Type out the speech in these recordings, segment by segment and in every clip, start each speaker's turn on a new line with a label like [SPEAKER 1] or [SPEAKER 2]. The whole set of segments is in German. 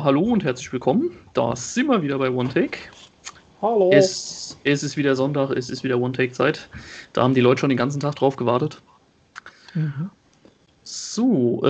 [SPEAKER 1] hallo und herzlich willkommen. Da sind wir wieder bei One Take.
[SPEAKER 2] Hallo.
[SPEAKER 1] Es ist wieder Sonntag, es ist wieder One Take Zeit. Da haben die Leute schon den ganzen Tag drauf gewartet.
[SPEAKER 2] Mhm.
[SPEAKER 1] So,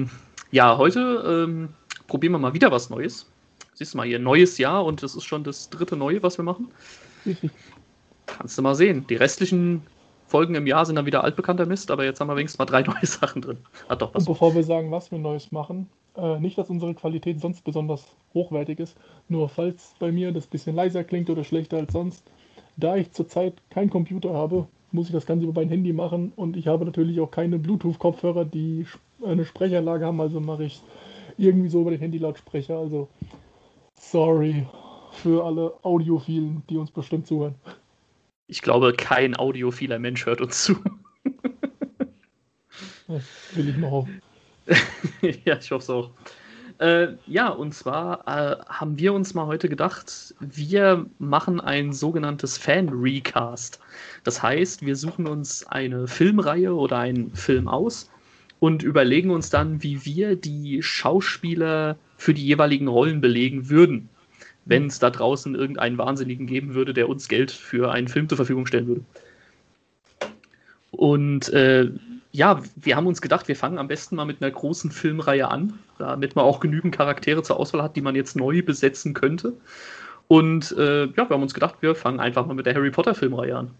[SPEAKER 1] heute probieren wir mal wieder was Neues. Siehst du mal hier, neues Jahr und das ist schon das dritte Neue, was wir machen.
[SPEAKER 2] Richtig.
[SPEAKER 1] Kannst du mal sehen. Die restlichen Folgen im Jahr sind dann wieder altbekannter Mist, aber jetzt haben wir wenigstens mal 3 neue Sachen drin. Hat doch was.
[SPEAKER 2] Und bevor wir sagen, was wir Neues machen, nicht, dass unsere Qualität sonst besonders hochwertig ist, nur falls bei mir das bisschen leiser klingt oder schlechter als sonst, da ich zurzeit keinen Computer habe, muss ich das Ganze über mein Handy machen und ich habe natürlich auch keine Bluetooth-Kopfhörer, die eine Sprechanlage haben, also mache ich irgendwie so über den Handy-Lautsprecher. Also sorry für alle Audiophilen, die uns bestimmt zuhören.
[SPEAKER 1] Ich glaube, kein audiophiler Mensch hört uns zu.
[SPEAKER 2] Das will ich mal hoffen.
[SPEAKER 1] Ja, ich hoffe es auch. Und zwar haben wir uns mal heute gedacht, wir machen ein sogenanntes Fan-Recast. Das heißt, wir suchen uns eine Filmreihe oder einen Film aus und überlegen uns dann, wie wir die Schauspieler für die jeweiligen Rollen belegen würden, wenn es da draußen irgendeinen Wahnsinnigen geben würde, der uns Geld für einen Film zur Verfügung stellen würde. Und wir haben uns gedacht, wir fangen am besten mal mit einer großen Filmreihe an, damit man auch genügend Charaktere zur Auswahl hat, die man jetzt neu besetzen könnte. Und wir haben uns gedacht, wir fangen einfach mal mit der Harry Potter Filmreihe an.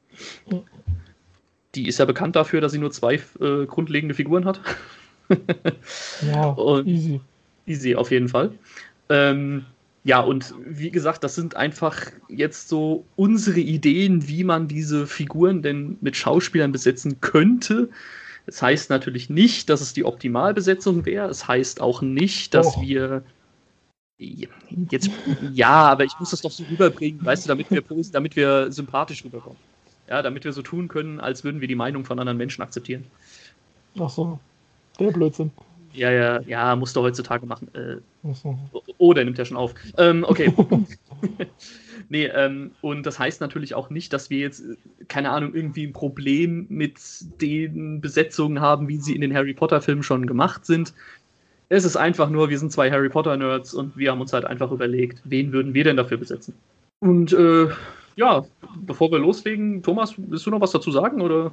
[SPEAKER 1] Die ist ja bekannt dafür, dass sie nur 2 grundlegende Figuren hat.
[SPEAKER 2] Ja,
[SPEAKER 1] Und
[SPEAKER 2] easy.
[SPEAKER 1] Easy, auf jeden Fall. Und wie gesagt, das sind einfach jetzt so unsere Ideen, wie man diese Figuren denn mit Schauspielern besetzen könnte. Das heißt natürlich nicht, dass es die Optimalbesetzung wäre. Es heißt auch nicht, dass wir jetzt, aber ich muss das doch so rüberbringen, weißt du, damit wir sympathisch rüberkommen. Ja, damit wir so tun können, als würden wir die Meinung von anderen Menschen akzeptieren.
[SPEAKER 2] Ach so, der Blödsinn.
[SPEAKER 1] Ja, musst du heutzutage machen.
[SPEAKER 2] Ach so.
[SPEAKER 1] Oh, der nimmt ja schon auf. Okay. Nee, und das heißt natürlich auch nicht, dass wir jetzt, keine Ahnung, irgendwie ein Problem mit den Besetzungen haben, wie sie in den Harry Potter-Filmen schon gemacht sind. Es ist einfach nur, wir sind 2 Harry Potter-Nerds und wir haben uns halt einfach überlegt, wen würden wir denn dafür besetzen? Und bevor wir loslegen, Thomas, willst du noch was dazu sagen, oder?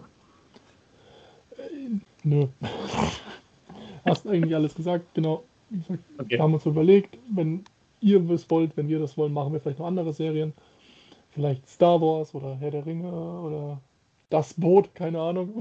[SPEAKER 2] Nö. Hast eigentlich alles gesagt, genau. Wie gesagt,
[SPEAKER 1] Okay.
[SPEAKER 2] wir haben uns überlegt, wenn ihr es wollt, wenn wir das wollen, machen wir vielleicht noch andere Serien. Vielleicht Star Wars oder Herr der Ringe oder Das Boot, keine Ahnung.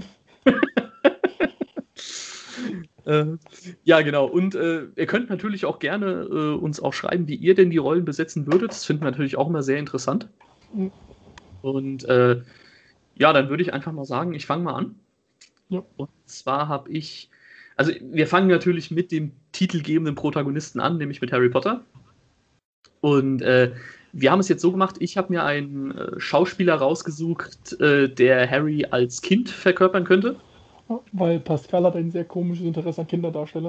[SPEAKER 1] Ja, genau. Und ihr könnt natürlich auch gerne uns auch schreiben, wie ihr denn die Rollen besetzen würdet. Das finden wir natürlich auch immer sehr interessant. Und dann würde ich einfach mal sagen, ich fange mal an.
[SPEAKER 2] Ja.
[SPEAKER 1] Und zwar wir fangen natürlich mit dem titelgebenden Protagonisten an, nämlich mit Harry Potter. Und wir haben es jetzt so gemacht, ich habe mir einen Schauspieler rausgesucht, der Harry als Kind verkörpern könnte.
[SPEAKER 2] Weil Pascal hat ein sehr komisches Interesse an Kinderdarsteller.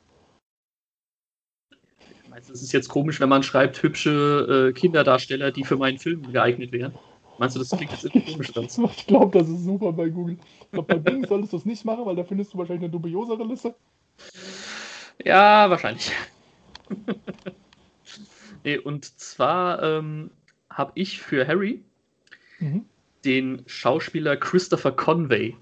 [SPEAKER 1] Meinst du, es ist jetzt komisch, wenn man schreibt, hübsche Kinderdarsteller, die für meinen Film geeignet wären? Meinst du, das klingt jetzt irgendwie komisch?
[SPEAKER 2] Ich glaube, das ist super bei Google. Ich glaube, bei Bing solltest du es nicht machen, weil da findest du wahrscheinlich eine dubiosere Liste.
[SPEAKER 1] Ja, wahrscheinlich. Nee, und zwar habe ich für Harry den Schauspieler Christopher Conway.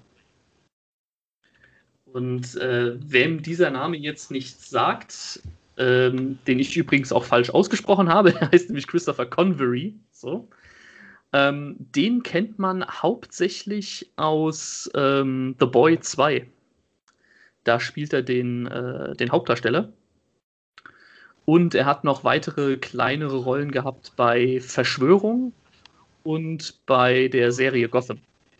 [SPEAKER 1] Und wem dieser Name jetzt nichts sagt, den ich übrigens auch falsch ausgesprochen habe, der heißt nämlich Christopher Convery, so. Den kennt man hauptsächlich aus The Boy 2. Da spielt er den Hauptdarsteller. Und er hat noch weitere kleinere Rollen gehabt bei Verschwörung und bei der Serie Gotham.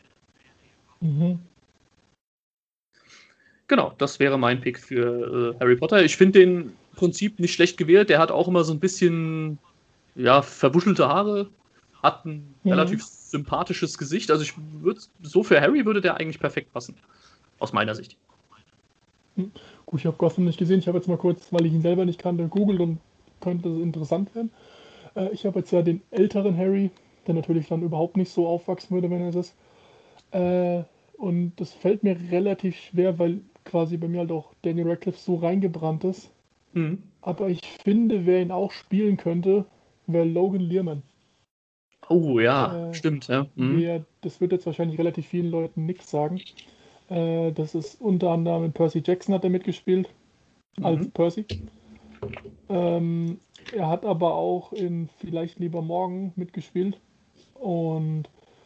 [SPEAKER 1] Genau, das wäre mein Pick für Harry Potter. Ich finde den im Prinzip nicht schlecht gewählt. Der hat auch immer so ein bisschen verwuschelte Haare, hat ein relativ sympathisches Gesicht. Also für Harry würde der eigentlich perfekt passen. Aus meiner Sicht.
[SPEAKER 2] Gut, ich habe Gotham nicht gesehen. Ich habe jetzt mal kurz, weil ich ihn selber nicht kannte, gegoogelt und könnte es interessant werden. Ich habe jetzt ja den älteren Harry, der natürlich dann überhaupt nicht so aufwachsen würde, wenn er es ist. Und das fällt mir relativ schwer, weil quasi bei mir halt auch Daniel Radcliffe so reingebrannt ist,
[SPEAKER 1] Mhm.
[SPEAKER 2] Aber ich finde, wer ihn auch spielen könnte, wäre Logan Lerman.
[SPEAKER 1] Oh ja,
[SPEAKER 2] Äh,
[SPEAKER 1] stimmt, ja. Mhm.
[SPEAKER 2] das wird jetzt wahrscheinlich relativ vielen Leuten nichts sagen. Das ist unter anderem in Percy Jackson hat er mitgespielt, als
[SPEAKER 1] Mhm.
[SPEAKER 2] Percy. Er hat aber auch in Vielleicht lieber morgen mitgespielt. Und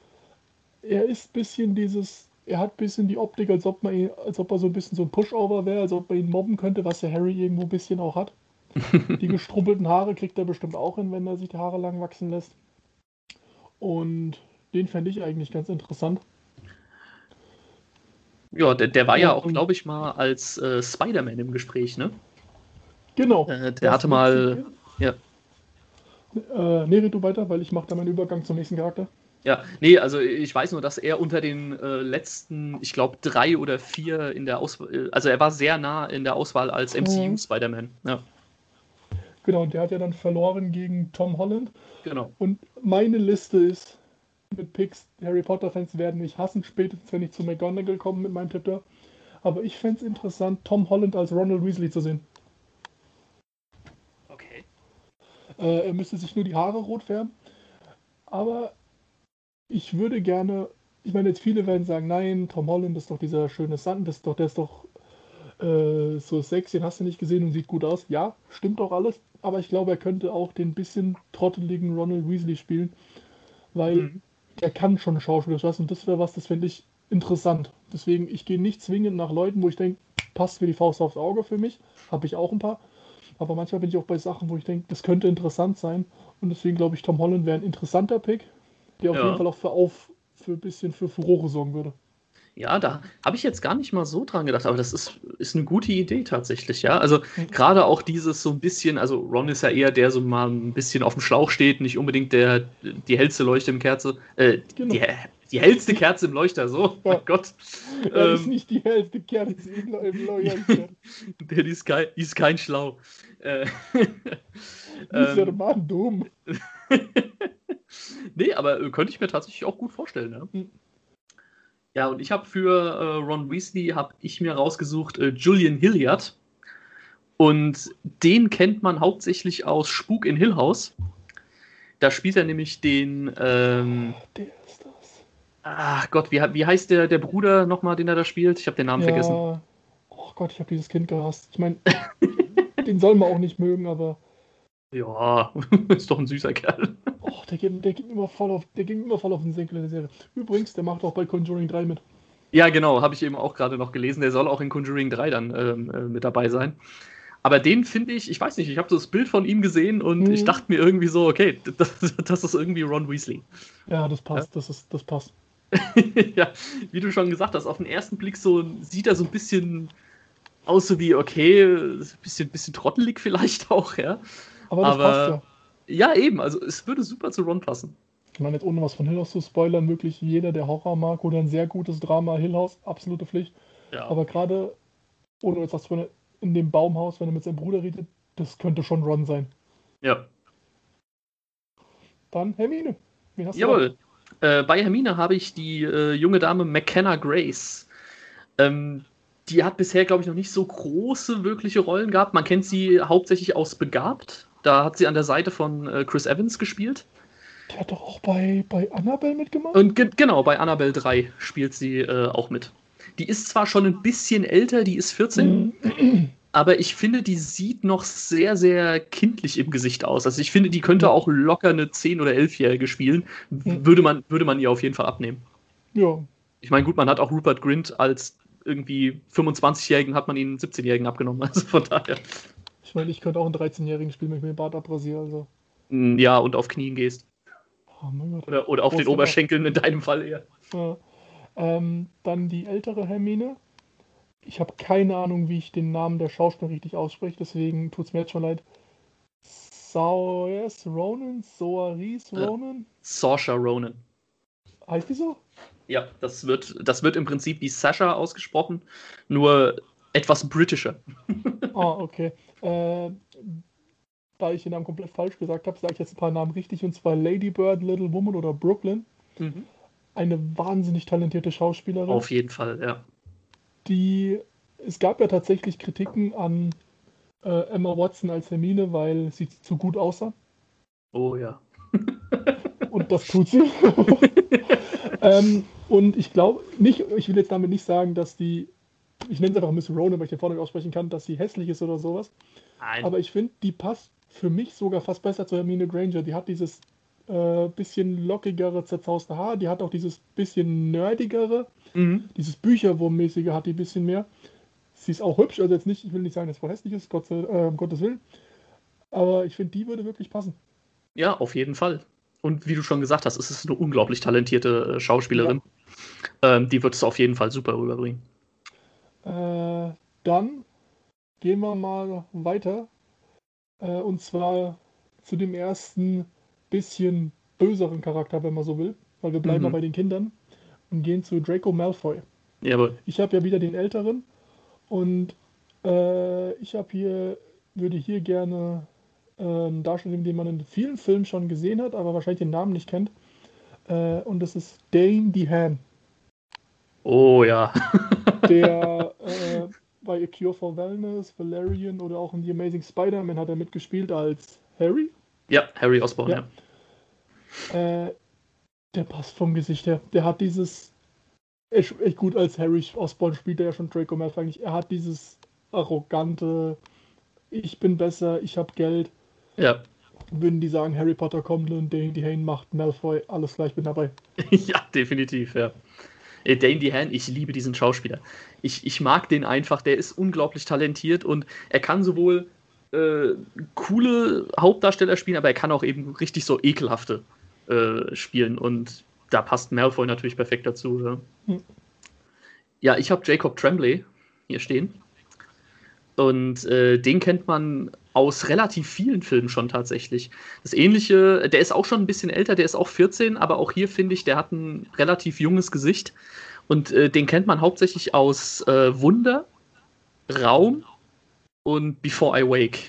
[SPEAKER 2] er hat ein bisschen die Optik, als ob er so ein bisschen so ein Pushover wäre, als ob man ihn mobben könnte, was ja Harry irgendwo ein bisschen auch hat. Die gestrubbelten Haare kriegt er bestimmt auch hin, wenn er sich die Haare lang wachsen lässt. Und den fände ich eigentlich ganz interessant.
[SPEAKER 1] Ja, der war ja auch,
[SPEAKER 2] Und
[SPEAKER 1] glaube ich, mal als Spider-Man im Gespräch, ne?
[SPEAKER 2] genau,
[SPEAKER 1] Der hatte
[SPEAKER 2] das Witzige
[SPEAKER 1] mal,
[SPEAKER 2] ist,
[SPEAKER 1] ja,
[SPEAKER 2] nee, red du weiter, weil ich mache da meinen Übergang zum nächsten Charakter.
[SPEAKER 1] ja, nee, also ich weiß nur, dass er unter den letzten, ich glaube, 3 oder 4 in der Auswahl, also er war sehr nah in der Auswahl als MCU
[SPEAKER 2] Mhm.
[SPEAKER 1] Spider-Man. Ja,
[SPEAKER 2] Genau, und der hat ja dann verloren gegen Tom Holland.
[SPEAKER 1] genau.
[SPEAKER 2] Und meine Liste ist mit Picks, Harry Potter-Fans werden mich hassen, spätestens wenn ich zu McGonagall komme mit meinem Tipp da. Aber ich fände es interessant, Tom Holland als Ronald Weasley zu sehen.
[SPEAKER 1] Okay.
[SPEAKER 2] Er müsste sich nur die Haare rot färben. Aber ich würde gerne, ich meine, jetzt viele werden sagen, nein, Tom Holland ist doch dieser schöne Sand, der ist doch so sexy, den hast du nicht gesehen und sieht gut aus. Ja, stimmt doch alles. Aber ich glaube, er könnte auch den bisschen trotteligen Ronald Weasley spielen, weil
[SPEAKER 1] Mhm.
[SPEAKER 2] der kann schon Schauspieler was und das wäre was, das fände ich interessant. Deswegen, ich gehe nicht zwingend nach Leuten, wo ich denke, passt wie die Faust aufs Auge für mich. Habe ich auch ein paar. Aber manchmal bin ich auch bei Sachen, wo ich denke, das könnte interessant sein. Und deswegen glaube ich, Tom Holland wäre ein interessanter Pick, der auf jeden
[SPEAKER 1] Ja.
[SPEAKER 2] Fall auch für ein bisschen für Furore sorgen würde.
[SPEAKER 1] Ja, da habe ich jetzt gar nicht mal so dran gedacht, aber das ist eine gute Idee tatsächlich, ja. Also
[SPEAKER 2] Hm,
[SPEAKER 1] gerade auch dieses so ein bisschen, also Ron ist ja eher der, so mal ein bisschen auf dem Schlauch steht, nicht unbedingt die hellste Leuchte im Kerze,
[SPEAKER 2] genau.
[SPEAKER 1] die hellste
[SPEAKER 2] Nicht,
[SPEAKER 1] Kerze im Leuchter, so, mein
[SPEAKER 2] ja,
[SPEAKER 1] Gott.
[SPEAKER 2] er ist
[SPEAKER 1] Ähm,
[SPEAKER 2] nicht die hellste Kerze im Leuchter.
[SPEAKER 1] die ist kein Schlau. Äh,
[SPEAKER 2] Dieser
[SPEAKER 1] ähm,
[SPEAKER 2] Mann dumm.
[SPEAKER 1] nee, aber könnte ich mir tatsächlich auch gut vorstellen, ja.
[SPEAKER 2] Hm,
[SPEAKER 1] Ja, und ich habe für Ron Weasley habe ich mir rausgesucht Julian Hilliard. Und den kennt man hauptsächlich aus Spuk in Hill House. Da spielt er nämlich den,
[SPEAKER 2] der ist das.
[SPEAKER 1] ach Gott, wie heißt der Bruder nochmal, den er da spielt? Ich habe den Namen vergessen.
[SPEAKER 2] Ja, oh Gott, ich habe dieses Kind gehasst. Ich meine, den soll man auch nicht mögen, aber
[SPEAKER 1] Ja, ist doch ein süßer Kerl.
[SPEAKER 2] der geht mir der ging mir immer voll auf den Senkel in der Serie. Übrigens, der macht auch bei Conjuring 3 mit.
[SPEAKER 1] Ja, genau, habe ich eben auch gerade noch gelesen. Der soll auch in Conjuring 3 dann mit dabei sein. Aber den finde ich weiß nicht, ich habe so das Bild von ihm gesehen und ich
[SPEAKER 2] Hm,
[SPEAKER 1] dachte mir irgendwie so, okay, das ist irgendwie Ron Weasley.
[SPEAKER 2] ja, das
[SPEAKER 1] Ja?
[SPEAKER 2] passt, das passt.
[SPEAKER 1] Ja, wie du schon gesagt hast, auf den ersten Blick so sieht er so ein bisschen aus, so wie, okay, bisschen trottelig vielleicht auch, ja.
[SPEAKER 2] Aber das passt
[SPEAKER 1] Aber
[SPEAKER 2] ja.
[SPEAKER 1] ja, eben, also es würde super zu Ron passen.
[SPEAKER 2] Ich meine, jetzt ohne was von Hill House zu spoilern, wirklich jeder, der Horror mag oder ein sehr gutes Drama, Hill House, absolute Pflicht.
[SPEAKER 1] Ja.
[SPEAKER 2] Aber gerade, ohne jetzt was zu spoilern, in dem Baumhaus, wenn er mit seinem Bruder redet, das könnte schon Ron sein.
[SPEAKER 1] Ja.
[SPEAKER 2] Dann Hermine. Wen hast du da?
[SPEAKER 1] Jawohl. Bei Hermine habe ich die junge Dame McKenna Grace. Ähm, die hat bisher, glaube ich, noch nicht so große wirkliche Rollen gehabt. Man kennt sie hauptsächlich aus Begabt. Da hat sie an der Seite von Chris Evans gespielt.
[SPEAKER 2] Der hat doch auch bei Annabelle mitgemacht?
[SPEAKER 1] Und genau, bei Annabelle 3 spielt sie auch mit. Die ist zwar schon ein bisschen älter, die ist 14,
[SPEAKER 2] Hm.
[SPEAKER 1] aber ich finde, die sieht noch sehr, sehr kindlich im Gesicht aus. Also ich finde, die könnte
[SPEAKER 2] Ja.
[SPEAKER 1] auch locker eine 10- oder 11-Jährige spielen.
[SPEAKER 2] Hm.
[SPEAKER 1] Würde man ihr auf jeden Fall abnehmen.
[SPEAKER 2] Ja.
[SPEAKER 1] Ich meine, gut, man hat auch Rupert Grint als irgendwie 25-Jährigen, hat man ihn 17-Jährigen abgenommen. Also von daher.
[SPEAKER 2] Ich meine, ich könnte auch einen 13-Jährigen spielen, wenn ich mir den Bart abrasiere. Also,
[SPEAKER 1] Ja, und auf Knien gehst.
[SPEAKER 2] oh mein Gott.
[SPEAKER 1] Oder auf den
[SPEAKER 2] Groß danach.
[SPEAKER 1] Oberschenkeln in deinem Fall eher.
[SPEAKER 2] Ja. Dann die ältere Hermine. Ich habe keine Ahnung, wie ich den Namen der Schauspielerin richtig ausspreche, deswegen tut es mir jetzt schon leid. Soares
[SPEAKER 1] Äh,
[SPEAKER 2] Ronan?
[SPEAKER 1] Saoirse Ronan.
[SPEAKER 2] Heißt die so?
[SPEAKER 1] Ja, das wird im Prinzip wie Sasha ausgesprochen, nur etwas britischer.
[SPEAKER 2] Ah, okay. Äh, Da ich den Namen komplett falsch gesagt habe, sage ich jetzt ein paar Namen richtig, und zwar Lady Bird, Little Woman oder Brooklyn.
[SPEAKER 1] Mhm.
[SPEAKER 2] Eine wahnsinnig talentierte Schauspielerin,
[SPEAKER 1] Auf jeden Fall, ja.
[SPEAKER 2] die es gab ja tatsächlich Kritiken an Emma Watson als Hermine, weil sie zu gut aussah.
[SPEAKER 1] Oh ja.
[SPEAKER 2] Und das tut sie. Und ich glaube nicht, ich will jetzt damit nicht sagen, dass ich nenne es einfach Miss Ronan, weil ich den Vornamen nicht aussprechen kann, dass sie hässlich ist oder sowas.
[SPEAKER 1] Nein.
[SPEAKER 2] Aber ich finde, die passt für mich sogar fast besser zu Hermine Granger. Die hat dieses bisschen lockigere, zerzauste Haar, die hat auch dieses bisschen nerdigere,
[SPEAKER 1] Mhm.
[SPEAKER 2] dieses Bücherwurmmäßige hat die ein bisschen mehr. Sie ist auch hübsch, also jetzt nicht, ich will nicht sagen, dass es voll hässlich ist, um Gottes Willen. Aber ich finde, die würde wirklich passen.
[SPEAKER 1] Ja, auf jeden Fall. Und wie du schon gesagt hast, es ist eine unglaublich talentierte Schauspielerin. Die wird es auf jeden Fall super rüberbringen.
[SPEAKER 2] Dann gehen wir mal weiter. Und zwar zu dem ersten bisschen böseren Charakter, wenn man so will. Weil wir bleiben mal bei den Kindern. Und gehen zu Draco Malfoy.
[SPEAKER 1] Jawohl.
[SPEAKER 2] Ich habe ja wieder den Älteren. Und würde hier gerne einen Darsteller nehmen, den man in vielen Filmen schon gesehen hat, aber wahrscheinlich den Namen nicht kennt. Und das ist Dane DeHaan.
[SPEAKER 1] Oh ja.
[SPEAKER 2] Der bei A Cure for Wellness, Valerian oder auch in The Amazing Spider-Man hat er mitgespielt als Harry.
[SPEAKER 1] Ja, Harry Osborn,
[SPEAKER 2] Ja. Der passt vom Gesicht her. Der hat dieses, echt gut als Harry Osborn spielt er ja schon Draco Malfoy eigentlich. Er hat dieses arrogante, ich bin besser, ich habe Geld.
[SPEAKER 1] Ja.
[SPEAKER 2] Würden die sagen, Harry Potter kommt und Dane DeHaan macht Malfoy, alles gleich, bin dabei.
[SPEAKER 1] Ja, definitiv, ja. Dane DeHaan, ich liebe diesen Schauspieler. Ich mag den einfach, der ist unglaublich talentiert und er kann sowohl coole Hauptdarsteller spielen, aber er kann auch eben richtig so ekelhafte spielen und da passt Malfoy natürlich perfekt dazu. Ja, ja, ich habe Jacob Tremblay hier stehen und den kennt man aus relativ vielen Filmen schon tatsächlich. Das Ähnliche, der ist auch schon ein bisschen älter, der ist auch 14, aber auch hier finde ich, der hat ein relativ junges Gesicht. Und den kennt man hauptsächlich aus Wunder, Raum und Before I Wake.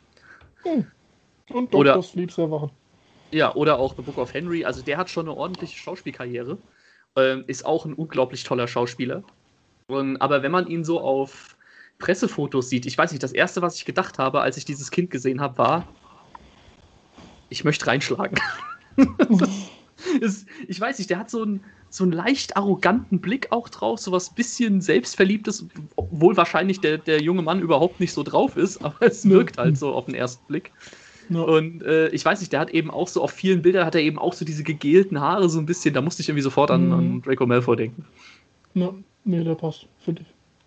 [SPEAKER 2] Und
[SPEAKER 1] Oder,
[SPEAKER 2] Dr. Sleeps erwachen.
[SPEAKER 1] ja, oder auch The Book of Henry. Also der hat schon eine ordentliche Schauspielkarriere. Ist auch ein unglaublich toller Schauspieler. Aber wenn man ihn so auf Pressefotos sieht, ich weiß nicht, das Erste, was ich gedacht habe, als ich dieses Kind gesehen habe, war, ich möchte reinschlagen. Ich weiß nicht, der hat so einen leicht arroganten Blick auch drauf, so was bisschen Selbstverliebtes, obwohl wahrscheinlich der junge Mann überhaupt nicht so drauf ist, aber es wirkt halt so auf den ersten Blick.
[SPEAKER 2] Ja.
[SPEAKER 1] Und ich weiß nicht, der hat eben auch so, auf vielen Bildern hat er eben auch so diese gegelten Haare so ein bisschen, da musste ich irgendwie sofort an Draco Malfoy denken.
[SPEAKER 2] Ja, nee, der passt, finde ich.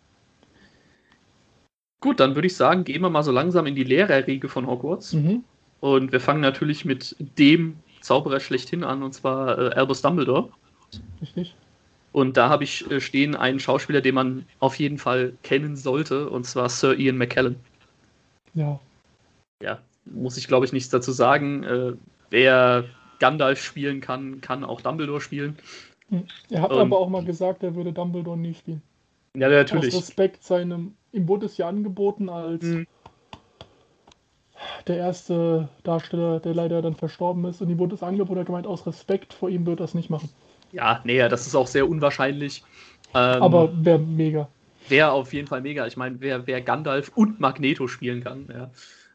[SPEAKER 1] Gut, dann würde ich sagen, gehen wir mal so langsam in die Lehrerriege von Hogwarts. Und wir fangen natürlich mit dem Zauberer schlechthin an, und zwar Albus Dumbledore.
[SPEAKER 2] Richtig.
[SPEAKER 1] Und da habe ich stehen einen Schauspieler, den man auf jeden Fall kennen sollte, und zwar Sir Ian McKellen.
[SPEAKER 2] Ja.
[SPEAKER 1] Ja, muss ich, glaube ich, nichts dazu sagen. Wer Gandalf spielen kann, kann auch Dumbledore spielen.
[SPEAKER 2] Er hat aber auch mal gesagt, er würde Dumbledore nie spielen.
[SPEAKER 1] Ja, natürlich.
[SPEAKER 2] Aus Respekt ihm wurde es ja angeboten als der erste Darsteller, der leider dann verstorben ist. Und ihm wurde es angeboten, er hat gemeint, aus Respekt vor ihm wird er das nicht machen.
[SPEAKER 1] Ja, nee, das ist auch sehr unwahrscheinlich.
[SPEAKER 2] Aber wäre mega.
[SPEAKER 1] Wäre auf jeden Fall mega. Ich meine, wer Gandalf und Magneto spielen kann, ja.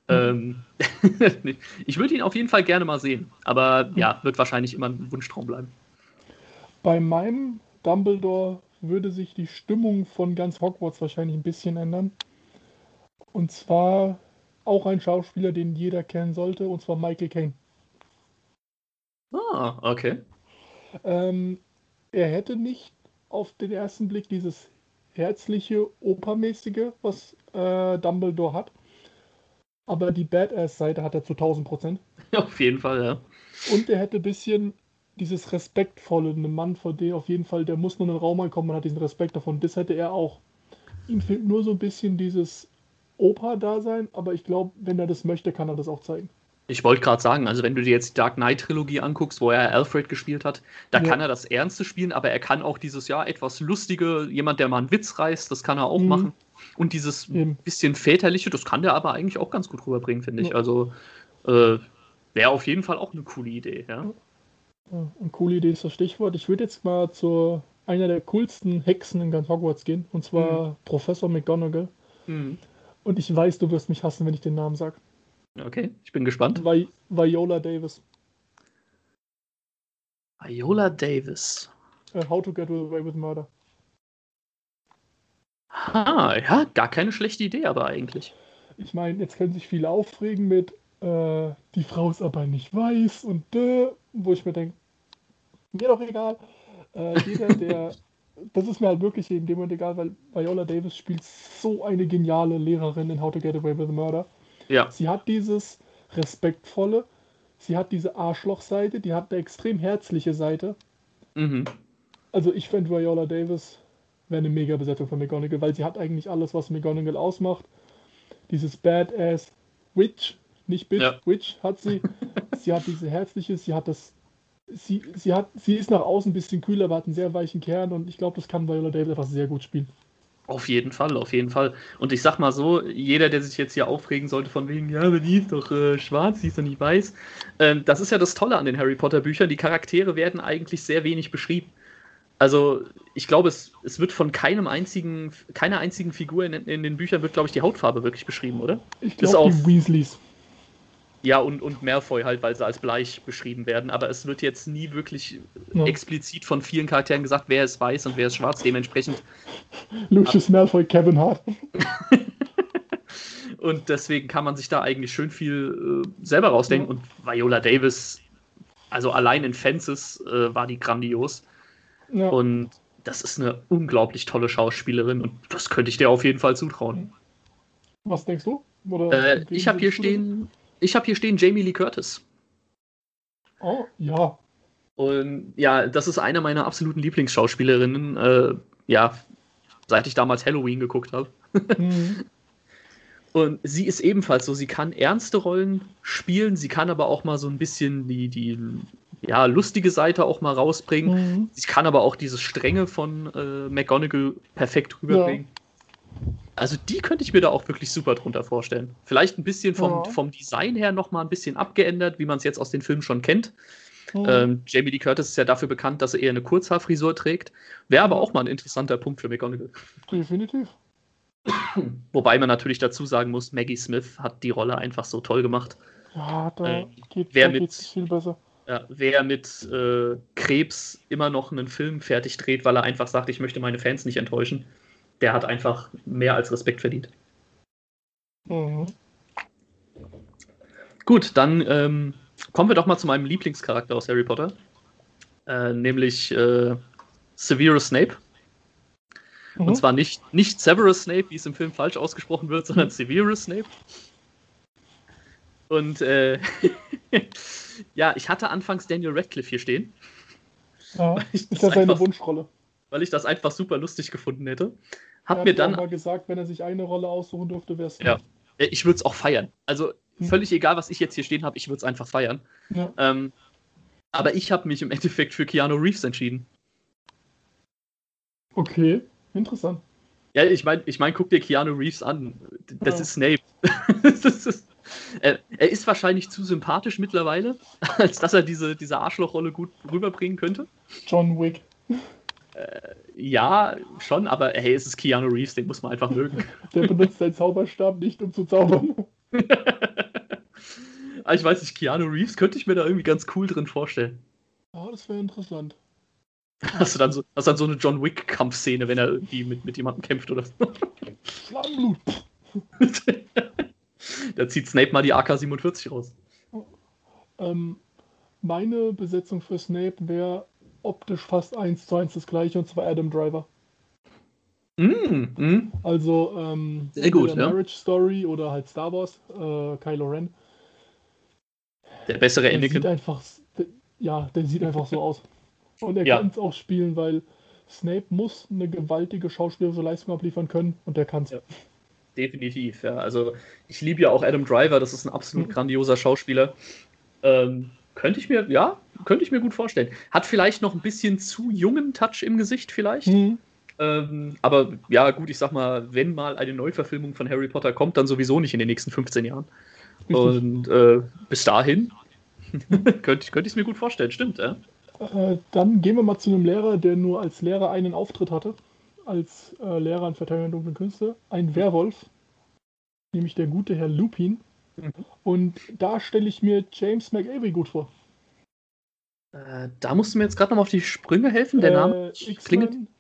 [SPEAKER 1] Ich würde ihn auf jeden Fall gerne mal sehen. Aber ja, wird wahrscheinlich immer ein Wunschtraum bleiben.
[SPEAKER 2] Bei meinem Dumbledore würde sich die Stimmung von ganz Hogwarts wahrscheinlich ein bisschen ändern. Und zwar auch ein Schauspieler, den jeder kennen sollte, und zwar Michael Caine.
[SPEAKER 1] Ah, okay.
[SPEAKER 2] Er hätte nicht auf den ersten Blick dieses herzliche, opermäßige, was Dumbledore hat. Aber die Badass-Seite hat er zu 1000%.
[SPEAKER 1] Auf jeden Fall, ja.
[SPEAKER 2] Und er hätte ein bisschen dieses Respektvolle, ein Mann, vor dem auf jeden Fall, der muss nur in den Raum reinkommen, man hat diesen Respekt davon. Das hätte er auch. Ihm fehlt nur so ein bisschen dieses Opa-Dasein, aber ich glaube, wenn er das möchte, kann er das auch zeigen.
[SPEAKER 1] Ich wollte gerade sagen, also wenn du dir jetzt die Dark Knight-Trilogie anguckst, wo er Alfred gespielt hat, da kann er das Ernste spielen, aber er kann auch dieses Jahr etwas Lustige, jemand, der mal einen Witz reißt, das kann er auch machen. Und dieses bisschen Väterliche, das kann der aber eigentlich auch ganz gut rüberbringen, finde ich. Also wäre auf jeden Fall auch eine coole Idee, ja.
[SPEAKER 2] Eine coole Idee ist das Stichwort. Ich würde jetzt mal zu einer der coolsten Hexen in ganz Hogwarts gehen, und zwar Professor McGonagall. Und ich weiß, du wirst mich hassen, wenn ich den Namen sage.
[SPEAKER 1] Okay, ich bin gespannt.
[SPEAKER 2] Viola Davis.
[SPEAKER 1] Viola Davis.
[SPEAKER 2] How to Get Away with Murder.
[SPEAKER 1] Ja, gar keine schlechte Idee, aber eigentlich.
[SPEAKER 2] Ich meine, jetzt können sich viele aufregen mit, die Frau ist aber nicht weiß und wo ich mir denke, mir doch egal. Das ist mir halt wirklich in dem Moment egal, weil Viola Davis spielt so eine geniale Lehrerin in How to Get Away with Murder.
[SPEAKER 1] Ja.
[SPEAKER 2] Sie hat dieses Respektvolle, sie hat diese Arschlochseite, die hat eine extrem herzliche Seite.
[SPEAKER 1] Mhm.
[SPEAKER 2] Also ich finde Viola Davis wäre eine mega Besetzung von McGonagall, weil sie hat eigentlich alles, was McGonagall ausmacht. Dieses Badass Witch, nicht Bitch,
[SPEAKER 1] Ja.
[SPEAKER 2] Witch hat sie. Sie hat diese herzliche, sie ist nach außen ein bisschen kühler, aber hat einen sehr weichen Kern und ich glaube, das kann Viola Davis einfach sehr gut spielen.
[SPEAKER 1] Auf jeden Fall, auf jeden Fall. Und ich sag mal so, jeder, der sich jetzt hier aufregen sollte von wegen, ja, aber die ist doch schwarz, die ist doch nicht weiß. Das ist ja das Tolle an den Harry Potter Büchern. Die Charaktere werden eigentlich sehr wenig beschrieben. Also ich glaube, es wird von keiner einzigen Figur in den Büchern wird, glaube ich, die Hautfarbe wirklich beschrieben, oder?
[SPEAKER 2] Ich glaube, die Weasleys.
[SPEAKER 1] Ja, und Malfoy halt, weil sie als bleich beschrieben werden. Aber es wird jetzt nie wirklich explizit von vielen Charakteren gesagt, wer ist weiß und wer ist schwarz. Dementsprechend
[SPEAKER 2] Lucius Malfoy, Kevin Hart.
[SPEAKER 1] Und deswegen kann man sich da eigentlich schön viel selber rausdenken. Und Viola Davis, also allein in Fences war die grandios. Ja. Und das ist eine unglaublich tolle Schauspielerin und das könnte ich dir auf jeden Fall zutrauen.
[SPEAKER 2] Was denkst du?
[SPEAKER 1] Ich habe hier stehen Jamie Lee Curtis.
[SPEAKER 2] Oh, ja.
[SPEAKER 1] Und ja, das ist eine meiner absoluten Lieblingsschauspielerinnen, seit ich damals Halloween geguckt habe. Mhm. Und sie ist ebenfalls so, sie kann ernste Rollen spielen, sie kann aber auch mal so ein bisschen die lustige Seite auch mal rausbringen. Mhm. Sie kann aber auch dieses Strenge von McGonagall perfekt rüberbringen. Ja. Also die könnte ich mir da auch wirklich super drunter vorstellen. Vielleicht ein bisschen vom Design her noch mal ein bisschen abgeändert, wie man es jetzt aus den Filmen schon kennt. Mhm. Jamie Lee Curtis ist ja dafür bekannt, dass er eher eine Kurzhaarfrisur trägt. Wäre aber auch mal ein interessanter Punkt für McGonagall.
[SPEAKER 2] Definitiv.
[SPEAKER 1] Wobei man natürlich dazu sagen muss, Maggie Smith hat die Rolle einfach so toll gemacht.
[SPEAKER 2] Ja, da geht's viel besser.
[SPEAKER 1] Ja, wer mit Krebs immer noch einen Film fertig dreht, weil er einfach sagt, ich möchte meine Fans nicht enttäuschen, der hat einfach mehr als Respekt verdient. Mhm. Gut, dann kommen wir doch mal zu meinem Lieblingscharakter aus Harry Potter, nämlich Severus Snape. Mhm. Und zwar nicht Severus Snape, wie es im Film falsch ausgesprochen wird, sondern Severus Snape. Und ja, ich hatte anfangs Daniel Radcliffe hier stehen.
[SPEAKER 2] Ja, ist ja seine Wunschrolle.
[SPEAKER 1] Weil ich das einfach super lustig gefunden hätte.
[SPEAKER 2] Hat mir dann auch mal gesagt, wenn er sich eine Rolle aussuchen dürfte, wäre es
[SPEAKER 1] ja. Ich würde es auch feiern. Also völlig egal, was ich jetzt hier stehen habe, ich würde es einfach feiern. Ja. Aber ich habe mich im Endeffekt für Keanu Reeves entschieden.
[SPEAKER 2] Okay, interessant.
[SPEAKER 1] Ja, ich mein, guck dir Keanu Reeves an. Das ist Snape. Er ist wahrscheinlich zu sympathisch mittlerweile, als dass er diese Arschlochrolle gut rüberbringen könnte.
[SPEAKER 2] John Wick.
[SPEAKER 1] Ja, schon, aber hey, es ist Keanu Reeves, den muss man einfach mögen.
[SPEAKER 2] Der benutzt seinen Zauberstab nicht, um zu zaubern.
[SPEAKER 1] Ich weiß nicht, Keanu Reeves könnte ich mir da irgendwie ganz cool drin vorstellen.
[SPEAKER 2] Ja, das wäre interessant.
[SPEAKER 1] Hast du dann so eine John Wick-Kampfszene, wenn er irgendwie mit jemandem kämpft oder so?
[SPEAKER 2] Flammenblut.
[SPEAKER 1] Da zieht Snape mal die AK-47 raus.
[SPEAKER 2] Meine Besetzung für Snape wäre optisch fast 1:1 das gleiche, und zwar Adam Driver. Also
[SPEAKER 1] sehr gut,
[SPEAKER 2] Marriage Story oder halt Star Wars, Kylo Ren.
[SPEAKER 1] Der bessere Anakin.
[SPEAKER 2] Der sieht einfach so aus. Und er kann es auch spielen, weil Snape muss eine gewaltige schauspielerische Leistung abliefern können und der kann es.
[SPEAKER 1] Ja. Definitiv, ja. Also ich liebe ja auch Adam Driver, das ist ein absolut grandioser Schauspieler. Könnte ich mir gut vorstellen. Hat vielleicht noch ein bisschen zu jungen Touch im Gesicht vielleicht. Aber ja, gut, ich sag mal, wenn mal eine Neuverfilmung von Harry Potter kommt, dann sowieso nicht in den nächsten 15 Jahren. Richtig. Und bis dahin könnte ich es mir gut vorstellen, stimmt, ja.
[SPEAKER 2] Dann gehen wir mal zu einem Lehrer, der nur als Lehrer einen Auftritt hatte. Als Lehrer in Verteidigung der dunklen Künste. Ein Werwolf. nämlich der gute Herr Lupin.
[SPEAKER 1] Mhm.
[SPEAKER 2] Und da stelle ich mir James McAvoy gut vor.
[SPEAKER 1] Da musst du mir jetzt gerade noch auf die Sprünge helfen. Der Name klingelt.
[SPEAKER 2] X-Men,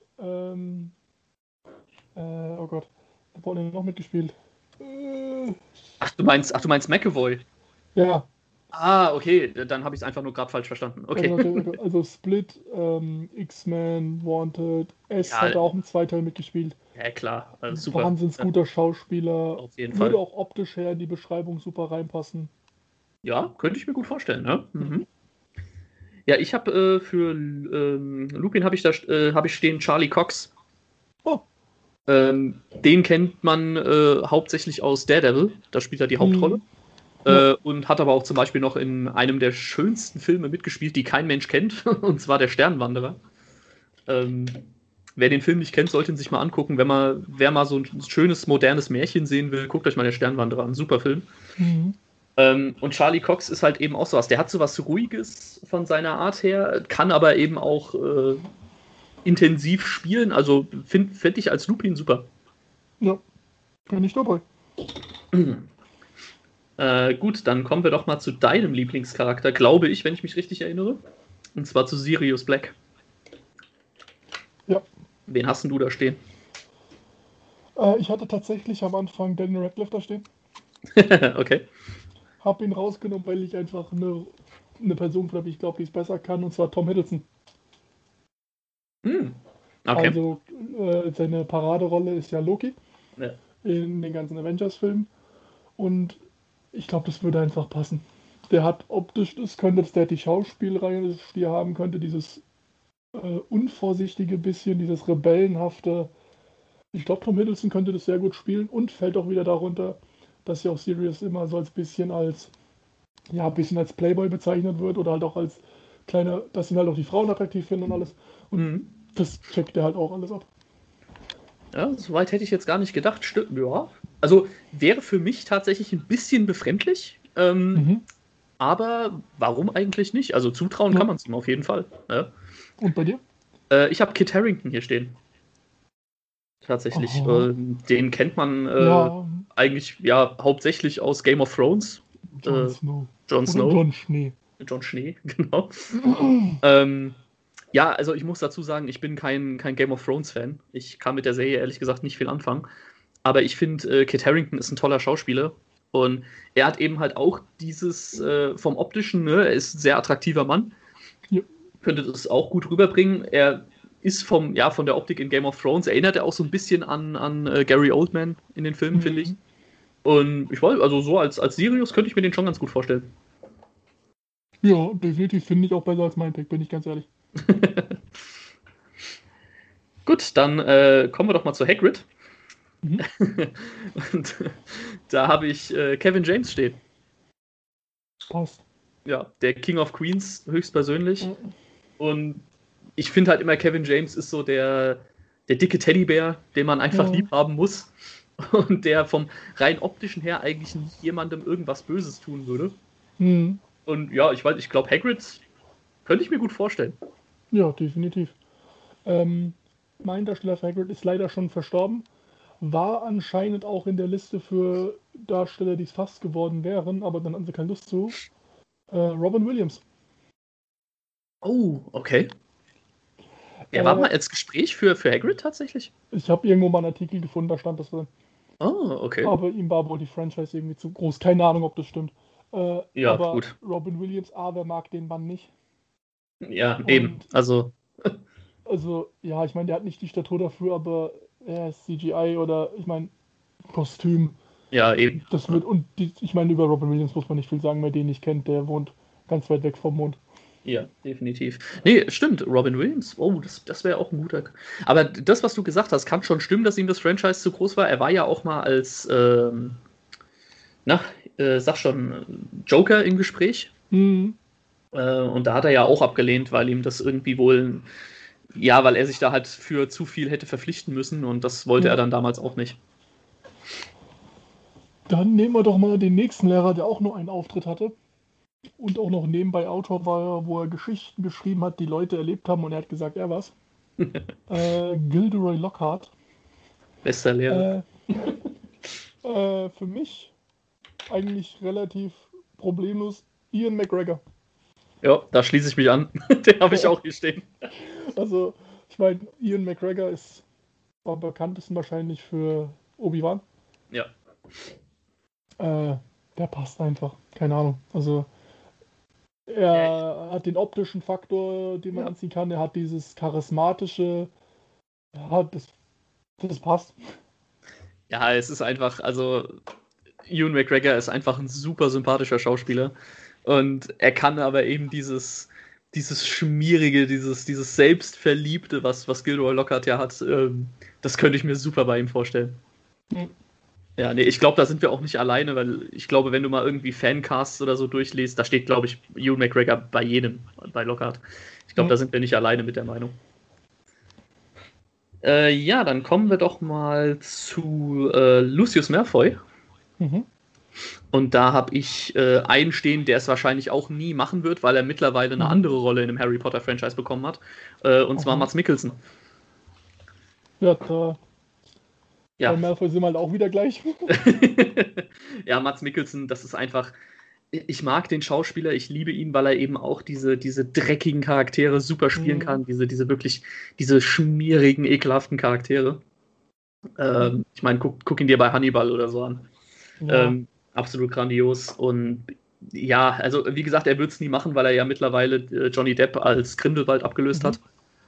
[SPEAKER 2] oh Gott, da hat er noch mitgespielt.
[SPEAKER 1] Ach, du meinst McAvoy.
[SPEAKER 2] Ja.
[SPEAKER 1] Ah, okay, dann habe ich es einfach nur gerade falsch verstanden. Okay.
[SPEAKER 2] Also Split, X-Men, Wanted, S
[SPEAKER 1] Ja,
[SPEAKER 2] hat er auch im Zweiteil mitgespielt.
[SPEAKER 1] ja klar, super.
[SPEAKER 2] Wahnsinns guter Schauspieler.
[SPEAKER 1] Auf jeden
[SPEAKER 2] Würde
[SPEAKER 1] Fall.
[SPEAKER 2] auch optisch her in die Beschreibung super reinpassen.
[SPEAKER 1] Ja, könnte ich mir gut vorstellen, ne? Mhm. Ja, ich habe für Lupin habe ich stehen Charlie Cox.
[SPEAKER 2] Oh.
[SPEAKER 1] Den kennt man hauptsächlich aus Daredevil, da spielt er die Hauptrolle.
[SPEAKER 2] Ja.
[SPEAKER 1] Und hat aber auch zum Beispiel noch in einem der schönsten Filme mitgespielt, die kein Mensch kennt, und zwar Der Sternwanderer. Wer den Film nicht kennt, sollte ihn sich mal angucken. Wer mal so ein schönes, modernes Märchen sehen will, guckt euch mal Der Sternwanderer an. Super Film.
[SPEAKER 2] Mhm.
[SPEAKER 1] Und Charlie Cox ist halt eben auch sowas. Der hat sowas Ruhiges von seiner Art her, kann aber eben auch intensiv spielen. Also find ich als Lupin super.
[SPEAKER 2] Ja, bin ich dabei.
[SPEAKER 1] Gut, dann kommen wir doch mal zu deinem Lieblingscharakter, glaube ich, wenn ich mich richtig erinnere. Und zwar zu Sirius Black.
[SPEAKER 2] Ja.
[SPEAKER 1] Wen hast denn du da stehen?
[SPEAKER 2] Ich hatte tatsächlich am Anfang Daniel Radcliffe da stehen.
[SPEAKER 1] Okay.
[SPEAKER 2] Hab ihn rausgenommen, weil ich einfach eine Person von der ich glaube, die es besser kann, und zwar Tom Hiddleston.
[SPEAKER 1] Okay.
[SPEAKER 2] Also seine Paraderolle ist ja Loki
[SPEAKER 1] Ja.
[SPEAKER 2] in den ganzen Avengers-Filmen. Und ich glaube, das würde einfach passen. Der hat optisch, der hat die Schauspielreihe, die er haben könnte, dieses unvorsichtige bisschen, dieses rebellenhafte. Ich glaube, Tom Hiddleston könnte das sehr gut spielen und fällt auch wieder darunter, dass ja auch Sirius immer so ein bisschen als Playboy bezeichnet wird oder halt auch als kleiner, dass ihn halt auch die Frauen attraktiv finden und alles. Und das checkt er halt auch alles ab.
[SPEAKER 1] Ja, soweit hätte ich jetzt gar nicht gedacht. Stimmt, ja. Also wäre für mich tatsächlich ein bisschen befremdlich. Aber warum eigentlich nicht? Also zutrauen kann man es ihm auf jeden Fall. Ja.
[SPEAKER 2] Und bei dir?
[SPEAKER 1] Ich habe Kit Harington hier stehen. Tatsächlich. Den kennt man eigentlich hauptsächlich aus Game of Thrones.
[SPEAKER 2] Jon Snow.
[SPEAKER 1] Jon Snow.
[SPEAKER 2] Oder Jon Schnee.
[SPEAKER 1] Jon Schnee, genau. Ja, also ich muss dazu sagen, ich bin kein Game of Thrones-Fan. Ich kann mit der Serie ehrlich gesagt nicht viel anfangen. Aber ich finde, Kit Harington ist ein toller Schauspieler. Und er hat eben halt auch dieses vom Optischen, ne, er ist ein sehr attraktiver Mann.
[SPEAKER 2] Ja.
[SPEAKER 1] Könnte das auch gut rüberbringen. Er ist von der Optik in Game of Thrones, erinnert er auch so ein bisschen an Gary Oldman in den Filmen, finde ich. Und ich wollte, also so als Sirius könnte ich mir den schon ganz gut vorstellen.
[SPEAKER 2] Ja, definitiv finde ich auch besser als mein Pick, bin ich ganz ehrlich.
[SPEAKER 1] Gut, dann kommen wir doch mal zu Hagrid. Und da habe ich Kevin James stehen.
[SPEAKER 2] Passt.
[SPEAKER 1] Ja, der King of Queens höchstpersönlich. Und ich finde halt immer, Kevin James ist so der dicke Teddybär, den man einfach lieb haben muss. Und der vom rein optischen her eigentlich jemandem irgendwas Böses tun würde. Und ja, ich glaube, Hagrid könnte ich mir gut vorstellen.
[SPEAKER 2] Ja, definitiv. Mein Darsteller für Hagrid ist leider schon verstorben. War anscheinend auch in der Liste für Darsteller, die es fast geworden wären, aber dann hatten sie keine Lust zu. Robin Williams.
[SPEAKER 1] Oh, okay. Er war mal als Gespräch für Hagrid tatsächlich?
[SPEAKER 2] Ich habe irgendwo mal einen Artikel gefunden, da stand das drin.
[SPEAKER 1] Oh, okay.
[SPEAKER 2] Aber ihm war wohl die Franchise irgendwie zu groß. Keine Ahnung, ob das stimmt.
[SPEAKER 1] Ja,
[SPEAKER 2] aber
[SPEAKER 1] gut.
[SPEAKER 2] Robin Williams, wer mag den Mann nicht?
[SPEAKER 1] Ja, eben. Also,
[SPEAKER 2] ja, ich meine, der hat nicht die Statur dafür, aber er ist CGI oder, ich meine, Kostüm.
[SPEAKER 1] Ja, eben.
[SPEAKER 2] Das wird, ich meine, über Robin Williams muss man nicht viel sagen, wer den nicht kennt, der wohnt ganz weit weg vom Mond.
[SPEAKER 1] Ja, definitiv. Nee, stimmt, Robin Williams. Oh, das wäre auch ein guter. Aber das, was du gesagt hast, kann schon stimmen, dass ihm das Franchise zu groß war. Er war ja auch mal als, sag schon, Joker im Gespräch. Und da hat er ja auch abgelehnt, weil ihm das irgendwie wohl, weil er sich da halt für zu viel hätte verpflichten müssen und das wollte er dann damals auch nicht.
[SPEAKER 2] Dann nehmen wir doch mal den nächsten Lehrer, der auch nur einen Auftritt hatte und auch noch nebenbei Autor war, wo er Geschichten geschrieben hat, die Leute erlebt haben, und er hat gesagt, er war's. Gilderoy Lockhart.
[SPEAKER 1] Bester Lehrer.
[SPEAKER 2] Für mich eigentlich relativ problemlos Ian McGregor.
[SPEAKER 1] Ja, da schließe ich mich an. Den habe ich auch hier stehen.
[SPEAKER 2] Also, ich meine, Ian McGregor ist am bekanntesten wahrscheinlich für Obi-Wan.
[SPEAKER 1] Ja.
[SPEAKER 2] Der passt einfach. Keine Ahnung. Also,
[SPEAKER 1] Ja,
[SPEAKER 2] er hat den optischen Faktor, den man
[SPEAKER 1] ja.
[SPEAKER 2] anziehen kann. Er hat dieses charismatische. Ja, das passt.
[SPEAKER 1] Ja, es ist einfach, also Ewan McGregor ist einfach ein super sympathischer Schauspieler und er kann aber eben dieses Schmierige, dieses Selbstverliebte, was Gilderoy Lockhart ja hat, das könnte ich mir super bei ihm vorstellen.
[SPEAKER 2] Hm.
[SPEAKER 1] Ja, nee, ich glaube, da sind wir auch nicht alleine, weil ich glaube, wenn du mal irgendwie Fancasts oder so durchliest, da steht, glaube ich, Ewan McGregor bei jedem, bei Lockhart. Ich glaube,
[SPEAKER 2] Hm.
[SPEAKER 1] da sind wir nicht alleine mit der Meinung. Ja, dann kommen wir doch mal zu Lucius Malfoy.
[SPEAKER 2] Mhm.
[SPEAKER 1] Und da habe ich einen stehen, der es wahrscheinlich auch nie machen wird, weil er mittlerweile eine
[SPEAKER 2] Mhm.
[SPEAKER 1] andere Rolle in einem Harry Potter-Franchise bekommen hat. Und zwar
[SPEAKER 2] Aha.
[SPEAKER 1] Mads Mikkelsen.
[SPEAKER 2] Ja, bei
[SPEAKER 1] Ja.
[SPEAKER 2] Malfoy sind wir halt auch wieder gleich.
[SPEAKER 1] Ja, Mads Mikkelsen, das ist einfach. Ich mag den Schauspieler, ich liebe ihn, weil er eben auch diese dreckigen Charaktere super spielen
[SPEAKER 2] Mhm.
[SPEAKER 1] kann, diese wirklich, diese schmierigen, ekelhaften Charaktere. Ich meine, guck ihn dir bei Hannibal oder so an.
[SPEAKER 2] Ja.
[SPEAKER 1] Absolut grandios. Und ja, also wie gesagt, er wird es nie machen, weil er ja mittlerweile Johnny Depp als Grindelwald abgelöst hat.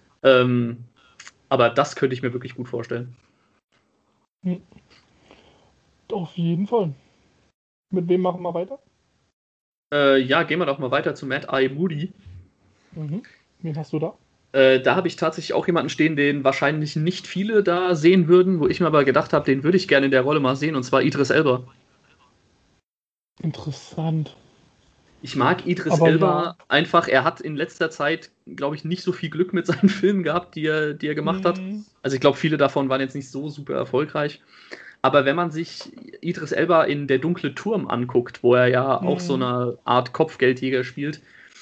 [SPEAKER 1] Aber das könnte ich mir wirklich gut vorstellen.
[SPEAKER 2] Hm. Auf jeden Fall. Mit wem machen wir weiter?
[SPEAKER 1] Ja, gehen wir doch mal weiter zu Mad Eye Moody.
[SPEAKER 2] Mhm. Wen hast du da?
[SPEAKER 1] Da habe ich tatsächlich auch jemanden stehen, den wahrscheinlich nicht viele da sehen würden, wo ich mir aber gedacht habe, den würde ich gerne in der Rolle mal sehen, und zwar Idris Elba.
[SPEAKER 2] Interessant.
[SPEAKER 1] Ich mag Idris
[SPEAKER 2] Aber ja.
[SPEAKER 1] Elba einfach. Er hat in letzter Zeit, glaube ich, nicht so viel Glück mit seinen Filmen gehabt, die er gemacht hat.
[SPEAKER 2] Mhm.
[SPEAKER 1] Also ich glaube, viele davon waren jetzt nicht so super erfolgreich. Aber wenn man sich Idris Elba in Der dunkle Turm anguckt, wo er ja auch so
[SPEAKER 2] Mhm.
[SPEAKER 1] eine Art Kopfgeldjäger spielt,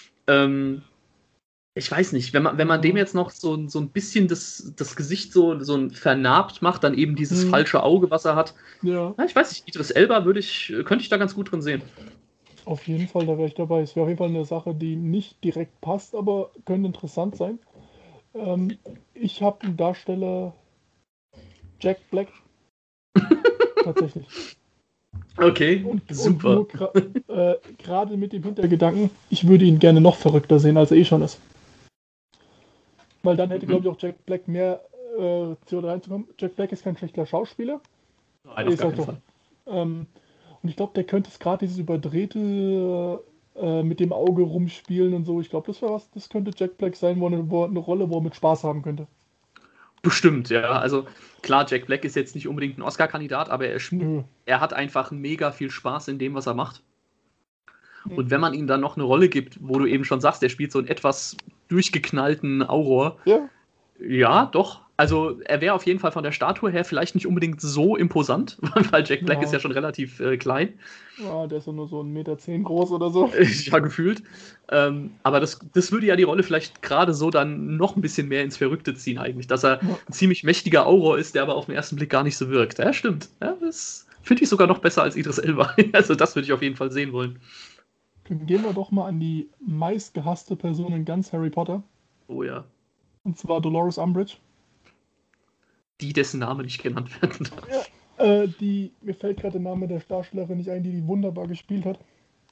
[SPEAKER 1] ich weiß nicht, wenn man dem
[SPEAKER 2] Ja.
[SPEAKER 1] jetzt noch so ein bisschen das Gesicht so ein vernarbt macht, dann eben dieses
[SPEAKER 2] Mhm.
[SPEAKER 1] falsche Auge, was er hat.
[SPEAKER 2] Ja.
[SPEAKER 1] Ja, ich weiß nicht, Idris Elba könnte ich da ganz gut drin sehen.
[SPEAKER 2] Auf jeden Fall, da wäre ich dabei. Es wäre auf jeden Fall eine Sache, die nicht direkt passt, aber könnte interessant sein. Ich habe einen Darsteller Jack Black tatsächlich.
[SPEAKER 1] Okay,
[SPEAKER 2] Und
[SPEAKER 1] super.
[SPEAKER 2] nur gerade mit dem Hintergedanken, ich würde ihn gerne noch verrückter sehen, als er eh schon ist. Weil dann hätte, glaube
[SPEAKER 1] Mhm.
[SPEAKER 2] ich, auch Jack Black mehr CO3 reinzukommen. Jack Black ist kein schlechter Schauspieler.
[SPEAKER 1] Nein, auf
[SPEAKER 2] Ist
[SPEAKER 1] gar
[SPEAKER 2] halt
[SPEAKER 1] keinen
[SPEAKER 2] so.
[SPEAKER 1] Fall.
[SPEAKER 2] Und ich glaube, der könnte es gerade dieses überdrehte mit dem Auge rumspielen und so. Ich glaube, das wäre was, das könnte Jack Black sein, wo er eine Rolle, wo er mit Spaß haben könnte.
[SPEAKER 1] Bestimmt, ja. Also klar, Jack Black ist jetzt nicht unbedingt ein Oscar-Kandidat, aber
[SPEAKER 2] Nö.
[SPEAKER 1] er hat einfach mega viel Spaß in dem, was er macht.
[SPEAKER 2] Hm.
[SPEAKER 1] Und wenn man ihm dann noch eine Rolle gibt, wo du eben schon sagst, der spielt so einen etwas durchgeknallten Auror,
[SPEAKER 2] Ja.
[SPEAKER 1] ja, doch. Also er wäre auf jeden Fall von der Statue her vielleicht nicht unbedingt so imposant, weil Jack Black ist ja
[SPEAKER 2] Ja.
[SPEAKER 1] schon relativ klein,
[SPEAKER 2] Ja, der ist ja nur so 1,10 Meter groß oder so.
[SPEAKER 1] ja gefühlt. Aber das würde ja die Rolle vielleicht gerade so dann noch ein bisschen mehr ins Verrückte ziehen eigentlich, dass er
[SPEAKER 2] Ja.
[SPEAKER 1] ein ziemlich mächtiger Auror ist, der aber auf den ersten Blick gar nicht so wirkt. Ja, stimmt. Ja, das finde ich sogar noch besser als Idris Elba. Also das würde ich auf jeden Fall sehen wollen.
[SPEAKER 2] Dann gehen wir doch mal an die meistgehasste Person in ganz Harry Potter.
[SPEAKER 1] Oh ja.
[SPEAKER 2] Und zwar Dolores Umbridge.
[SPEAKER 1] Die, dessen Name nicht genannt werden darf.
[SPEAKER 2] Ja. Mir fällt gerade der Name der Darstellerin nicht ein, die wunderbar gespielt hat.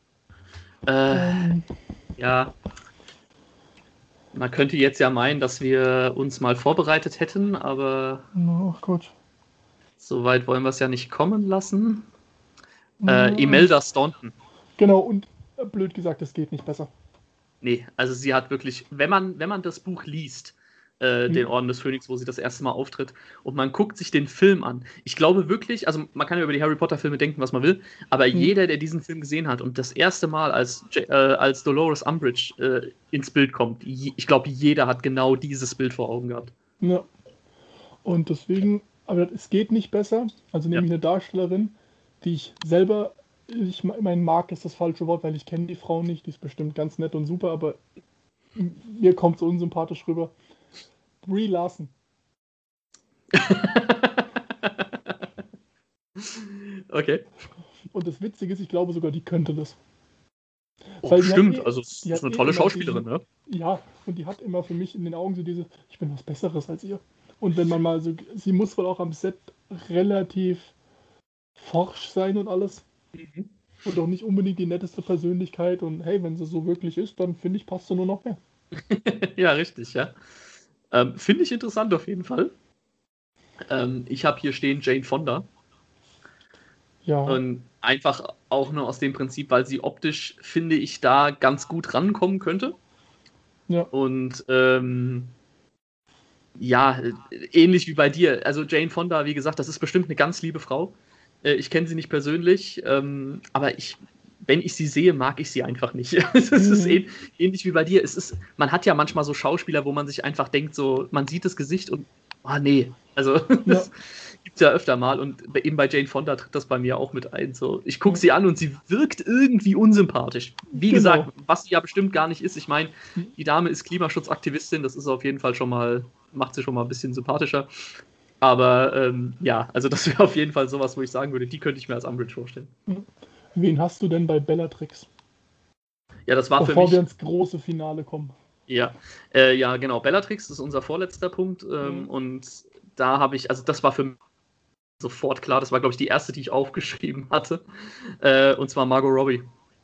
[SPEAKER 2] Ähm,
[SPEAKER 1] Ja, man könnte jetzt ja meinen, dass wir uns mal vorbereitet hätten, aber
[SPEAKER 2] ach Gott.
[SPEAKER 1] so weit wollen wir es ja nicht kommen lassen.
[SPEAKER 2] Hm,
[SPEAKER 1] Imelda Staunton.
[SPEAKER 2] Genau, und blöd gesagt, es geht nicht besser.
[SPEAKER 1] Nee, also sie hat wirklich, wenn man das Buch liest, den
[SPEAKER 2] Hm.
[SPEAKER 1] Orden des Phönix, wo sie das erste Mal auftritt, und man guckt sich den Film an. Ich glaube wirklich, also man kann ja über die Harry Potter-Filme denken, was man will, aber
[SPEAKER 2] Hm.
[SPEAKER 1] jeder, der diesen Film gesehen hat und das erste Mal als Dolores Umbridge ins Bild kommt, ich glaube, jeder hat genau dieses Bild vor Augen gehabt.
[SPEAKER 2] Ja. Und deswegen, aber es geht nicht besser. Also
[SPEAKER 1] Ja.
[SPEAKER 2] nehme ich eine Darstellerin, die ich selber, mein mag ist das falsche Wort, weil ich kenne die Frau nicht, die ist bestimmt ganz nett und super, aber mir kommt so unsympathisch rüber. Brie Larson.
[SPEAKER 1] Okay.
[SPEAKER 2] Und das Witzige ist, ich glaube sogar, die könnte das.
[SPEAKER 1] Oh,
[SPEAKER 2] Weil die hat
[SPEAKER 1] stimmt,
[SPEAKER 2] eh-
[SPEAKER 1] also es
[SPEAKER 2] Die
[SPEAKER 1] ist
[SPEAKER 2] hat
[SPEAKER 1] eine
[SPEAKER 2] eh
[SPEAKER 1] tolle
[SPEAKER 2] immer
[SPEAKER 1] Schauspielerin, ne?
[SPEAKER 2] ja, und die hat immer für mich in den Augen so diese, ich bin was Besseres als ihr. Und wenn man mal so, sie muss wohl auch am Set relativ forsch sein und alles.
[SPEAKER 1] Mhm.
[SPEAKER 2] Und auch nicht unbedingt die netteste Persönlichkeit. Und hey, wenn sie so wirklich ist, dann finde ich, passt sie nur noch mehr.
[SPEAKER 1] Ja, richtig, ja. Finde ich interessant auf jeden Fall. Ich habe hier stehen Jane Fonda.
[SPEAKER 2] Ja,
[SPEAKER 1] Und einfach auch nur aus dem Prinzip, weil sie optisch, finde ich, da ganz gut rankommen könnte.
[SPEAKER 2] ja.
[SPEAKER 1] Und ja, ähnlich wie bei dir. Also Jane Fonda, wie gesagt, das ist bestimmt eine ganz liebe Frau. Ich kenne sie nicht persönlich, aber wenn ich sie sehe, mag ich sie einfach nicht. Es ist
[SPEAKER 2] Mhm.
[SPEAKER 1] ähnlich wie bei dir. Man hat ja manchmal so Schauspieler, wo man sich einfach denkt, so, man sieht das Gesicht und, nee. Also,
[SPEAKER 2] Ja.
[SPEAKER 1] das gibt es ja öfter mal und eben bei Jane Fonda tritt das bei mir auch mit ein. So, ich gucke
[SPEAKER 2] Ja.
[SPEAKER 1] sie an und sie wirkt irgendwie unsympathisch. Wie
[SPEAKER 2] Genau.
[SPEAKER 1] gesagt, was sie ja bestimmt gar nicht ist. Ich meine, die Dame ist Klimaschutzaktivistin, das ist auf jeden Fall schon mal, macht sie schon mal ein bisschen sympathischer. Aber ja, also das wäre auf jeden Fall sowas, wo ich sagen würde, die könnte ich mir als Umbridge vorstellen.
[SPEAKER 2] Wen hast du denn bei Bellatrix?
[SPEAKER 1] Ja, das war für
[SPEAKER 2] Bevor wir
[SPEAKER 1] mich,
[SPEAKER 2] ins große Finale kommen.
[SPEAKER 1] ja, ja, genau, Bellatrix ist unser vorletzter Punkt und da habe ich, also das war für mich sofort klar, das war, glaube ich, die erste, die ich aufgeschrieben hatte, und zwar Margot Robbie.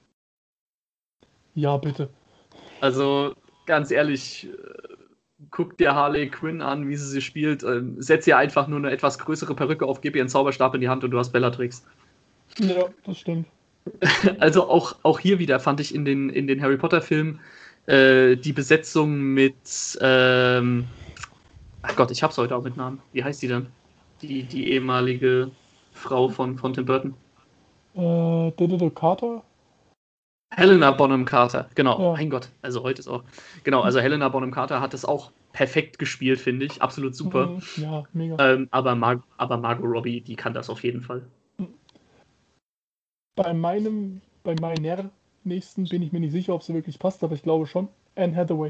[SPEAKER 2] Ja, bitte.
[SPEAKER 1] Also ganz ehrlich, guck dir Harley Quinn an, wie sie spielt, setz ihr einfach nur eine etwas größere Perücke auf, gib ihr einen Zauberstab in die Hand und du hast Bellatrix.
[SPEAKER 2] Ja, das stimmt.
[SPEAKER 1] Also auch hier wieder fand ich in den Harry Potter-Filmen die Besetzung mit, ach Gott, ich hab's heute auch mit Namen. Wie heißt die denn? Die ehemalige Frau von Tim Burton.
[SPEAKER 2] Carter?
[SPEAKER 1] Helena Bonham Carter, genau.
[SPEAKER 2] Ja.
[SPEAKER 1] Mein Gott, also heute ist auch. Genau, also Helena Bonham Carter hat das auch perfekt gespielt, finde ich. Absolut super.
[SPEAKER 2] Ja, mega.
[SPEAKER 1] Aber Margot Robbie, die kann das auf jeden Fall.
[SPEAKER 2] Bei meiner nächsten bin ich mir nicht sicher, ob sie wirklich passt, aber ich glaube schon. Anne Hathaway.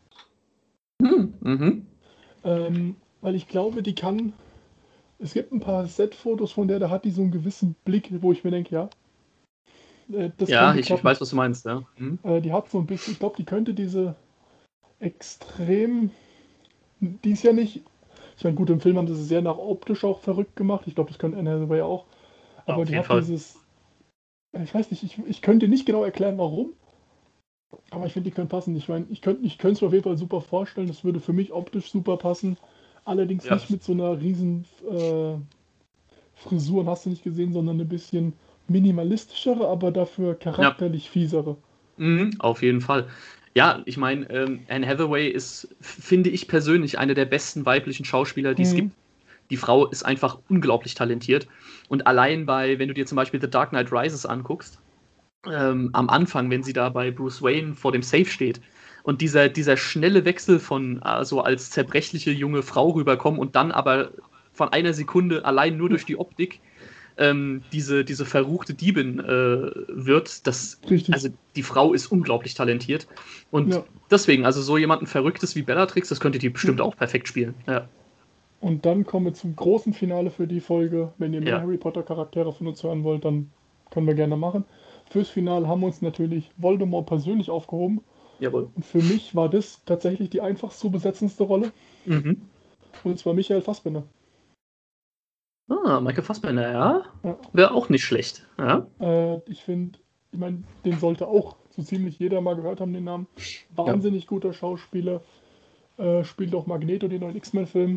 [SPEAKER 1] Mhm.
[SPEAKER 2] Weil ich glaube, die kann. Es gibt ein paar Set-Fotos von der, da hat die so einen gewissen Blick, wo ich mir denke, ja, das
[SPEAKER 1] Ja,
[SPEAKER 2] könnte
[SPEAKER 1] ich
[SPEAKER 2] klappen.
[SPEAKER 1] weiß, was du meinst, ja. Mhm.
[SPEAKER 2] Die hat so ein bisschen, ich glaube, die könnte diese extrem. Die ist ja nicht. Ich meine, gut, im Film haben sie es sehr nach optisch auch verrückt gemacht. Ich glaube, das könnte Anne Hathaway auch. Aber
[SPEAKER 1] Auf
[SPEAKER 2] die
[SPEAKER 1] jeden
[SPEAKER 2] hat
[SPEAKER 1] Fall.
[SPEAKER 2] dieses. Ich weiß nicht, ich könnte nicht genau erklären, warum. Aber ich finde, die können passen. Ich meine, ich könnte es mir auf jeden Fall super vorstellen. Das würde für mich optisch super passen. Allerdings
[SPEAKER 1] Ja.
[SPEAKER 2] nicht mit so einer riesen Frisuren, hast du nicht gesehen, sondern eine bisschen minimalistischere, aber dafür
[SPEAKER 1] Ja.
[SPEAKER 2] charakterlich fiesere.
[SPEAKER 1] Mhm, auf jeden Fall. Ja, ich meine, Anne Hathaway ist, finde ich persönlich, eine der besten weiblichen Schauspieler, die es
[SPEAKER 2] Mhm.
[SPEAKER 1] gibt. Die Frau ist einfach unglaublich talentiert. Und allein wenn du dir zum Beispiel The Dark Knight Rises anguckst, am Anfang, wenn sie da bei Bruce Wayne vor dem Safe steht und dieser schnelle Wechsel von so als zerbrechliche junge Frau rüberkommen und dann aber von einer Sekunde allein nur durch die Optik diese verruchte Diebin wird,
[SPEAKER 2] Richtig.
[SPEAKER 1] also die Frau ist unglaublich talentiert. Und
[SPEAKER 2] Ja.
[SPEAKER 1] deswegen, also so jemanden Verrücktes wie Bellatrix, das könnte die bestimmt auch perfekt spielen. Ja.
[SPEAKER 2] Und dann kommen wir zum großen Finale für die Folge. Wenn ihr mehr
[SPEAKER 1] Ja.
[SPEAKER 2] Harry Potter Charaktere von uns hören wollt, dann können wir gerne machen. Fürs Finale haben wir uns natürlich Voldemort persönlich aufgehoben.
[SPEAKER 1] Jawohl.
[SPEAKER 2] Und für mich war das tatsächlich die einfachst zu besetzendste Rolle.
[SPEAKER 1] Mhm.
[SPEAKER 2] Und zwar Michael Fassbender.
[SPEAKER 1] Michael Fassbender, ja.
[SPEAKER 2] Ja.
[SPEAKER 1] Wäre auch nicht schlecht. Ja.
[SPEAKER 2] Ich finde, ich meine, den sollte auch so ziemlich jeder mal gehört haben, den Namen. Wahnsinnig guter Schauspieler. Spielt auch Magneto, den neuen X-Men-Film.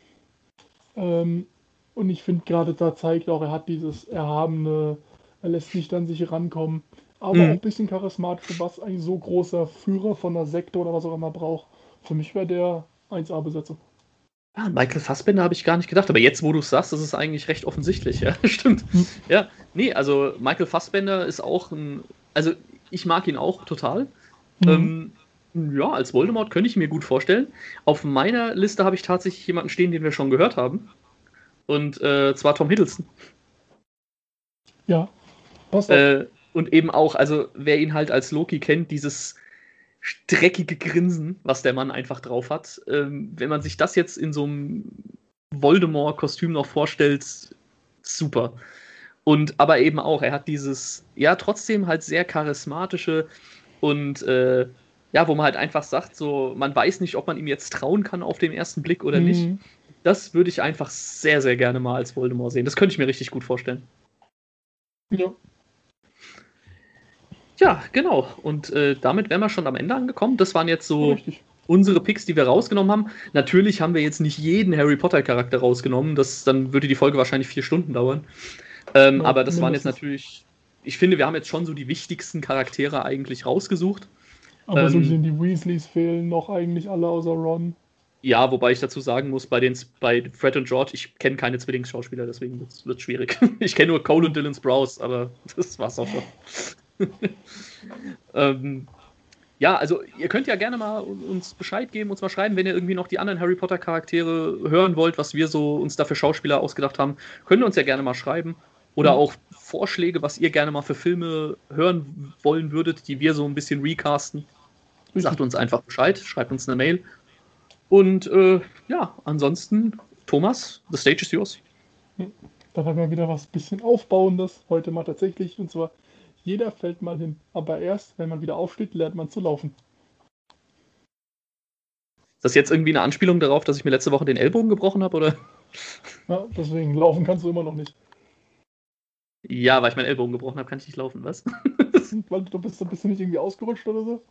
[SPEAKER 2] Und ich finde gerade da zeigt auch, er hat dieses Erhabene, er lässt nicht an sich rankommen, aber auch
[SPEAKER 1] Mhm.
[SPEAKER 2] ein bisschen charismatisch, was ein so großer Führer von einer Sekte oder was auch immer braucht. Für mich wäre der 1A-Besetzung.
[SPEAKER 1] Ah, Michael Fassbender habe ich gar nicht gedacht, aber jetzt, wo du es sagst, ist es eigentlich recht offensichtlich, ja, stimmt.
[SPEAKER 2] Hm.
[SPEAKER 1] Ja, nee, also Michael Fassbender ist auch also ich mag ihn auch total.
[SPEAKER 2] Mhm.
[SPEAKER 1] Ja, als Voldemort könnte ich mir gut vorstellen. Auf meiner Liste habe ich tatsächlich jemanden stehen, den wir schon gehört haben. Und zwar Tom Hiddleston.
[SPEAKER 2] Ja, passt auch.
[SPEAKER 1] Und eben auch, also wer ihn halt als Loki kennt, dieses dreckige Grinsen, was der Mann einfach drauf hat. Wenn man sich das jetzt in so einem Voldemort-Kostüm noch vorstellt, super. Und aber eben auch, er hat dieses, ja, trotzdem halt sehr charismatische und ja, wo man halt einfach sagt, so, man weiß nicht, ob man ihm jetzt trauen kann auf den ersten Blick oder nicht. Das würde ich einfach sehr, sehr gerne mal als Voldemort sehen. Das könnte ich mir richtig gut vorstellen.
[SPEAKER 2] Ja.
[SPEAKER 1] Ja, genau. Und damit wären wir schon am Ende angekommen. Das waren jetzt so
[SPEAKER 2] Richtig.
[SPEAKER 1] unsere Picks, die wir rausgenommen haben. Natürlich haben wir jetzt nicht jeden Harry Potter-Charakter rausgenommen. Dann würde die Folge wahrscheinlich 4 Stunden dauern. Aber das waren jetzt natürlich, ich finde, wir haben jetzt schon so die wichtigsten Charaktere eigentlich rausgesucht.
[SPEAKER 2] Aber so gesehen, die Weasleys fehlen noch eigentlich alle außer Ron.
[SPEAKER 1] Ja, wobei ich dazu sagen muss, bei Fred und George, ich kenne keine Zwillingsschauspieler, deswegen wird es schwierig. Ich kenne nur Cole und Dylan Sprouse, aber das war's auch schon. Ja, also ihr könnt ja gerne mal uns Bescheid geben, uns mal schreiben, wenn ihr irgendwie noch die anderen Harry Potter Charaktere hören wollt, was wir so uns da für Schauspieler ausgedacht haben, könnt ihr uns ja gerne mal schreiben. Oder auch Vorschläge, was ihr gerne mal für Filme hören wollen würdet, die wir so ein bisschen recasten. Sagt uns einfach Bescheid, schreibt uns eine Mail. Und ja, ansonsten, Thomas, the stage is yours.
[SPEAKER 2] Dann haben wir wieder was bisschen Aufbauendes heute mal tatsächlich. Und zwar, jeder fällt mal hin. Aber erst, wenn man wieder aufsteht, lernt man zu laufen.
[SPEAKER 1] Ist das jetzt irgendwie eine Anspielung darauf, dass ich mir letzte Woche den Ellbogen gebrochen habe, oder?
[SPEAKER 2] Ja, deswegen, laufen kannst du immer noch nicht.
[SPEAKER 1] Ja, weil ich meinen Ellbogen gebrochen habe, kann ich nicht laufen, was?
[SPEAKER 2] Weil du bist nicht irgendwie ausgerutscht oder so?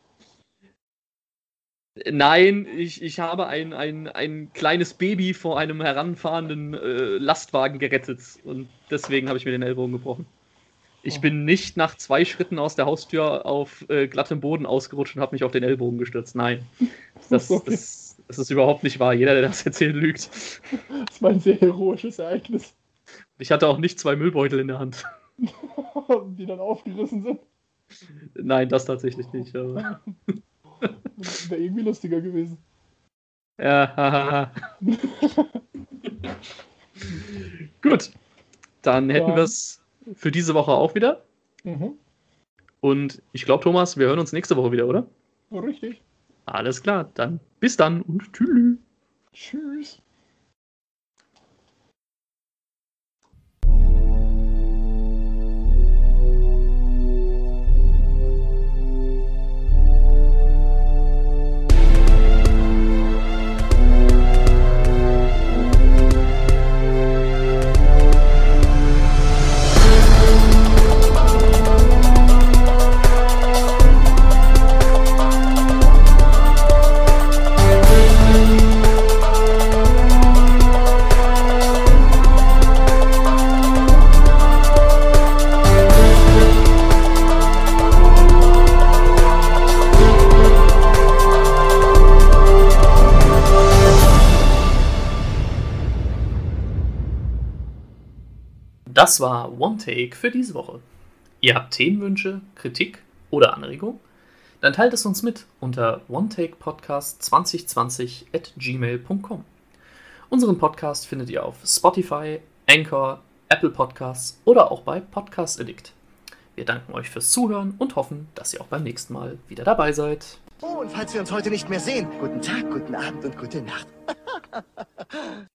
[SPEAKER 1] Nein, ich habe ein kleines Baby vor einem heranfahrenden Lastwagen gerettet und deswegen habe ich mir den Ellbogen gebrochen. Ich bin nicht nach 2 Schritten aus der Haustür auf glattem Boden ausgerutscht und habe mich auf den Ellbogen gestürzt. Nein, das ist überhaupt nicht wahr. Jeder, der das erzählt, lügt.
[SPEAKER 2] Das war ein sehr heroisches Ereignis.
[SPEAKER 1] Ich hatte auch nicht 2 Müllbeutel in der Hand.
[SPEAKER 2] Die dann aufgerissen sind.
[SPEAKER 1] Nein, das tatsächlich nicht. Aber
[SPEAKER 2] das wäre irgendwie lustiger gewesen.
[SPEAKER 1] ja, hahaha. Gut, dann hätten wir es für diese Woche auch wieder. Und ich glaube, Thomas, wir hören uns nächste Woche wieder, oder?
[SPEAKER 2] Richtig.
[SPEAKER 1] Alles klar, dann bis dann und tschüss.
[SPEAKER 2] Tschüss.
[SPEAKER 1] Das war One Take für diese Woche. Ihr habt Themenwünsche, Kritik oder Anregungen? Dann teilt es uns mit unter onetakepodcast2020@gmail.com. Unseren Podcast findet ihr auf Spotify, Anchor, Apple Podcasts oder auch bei Podcast Addict. Wir danken euch fürs Zuhören und hoffen, dass ihr auch beim nächsten Mal wieder dabei seid.
[SPEAKER 3] Oh, und falls wir uns heute nicht mehr sehen, guten Tag, guten Abend und gute Nacht.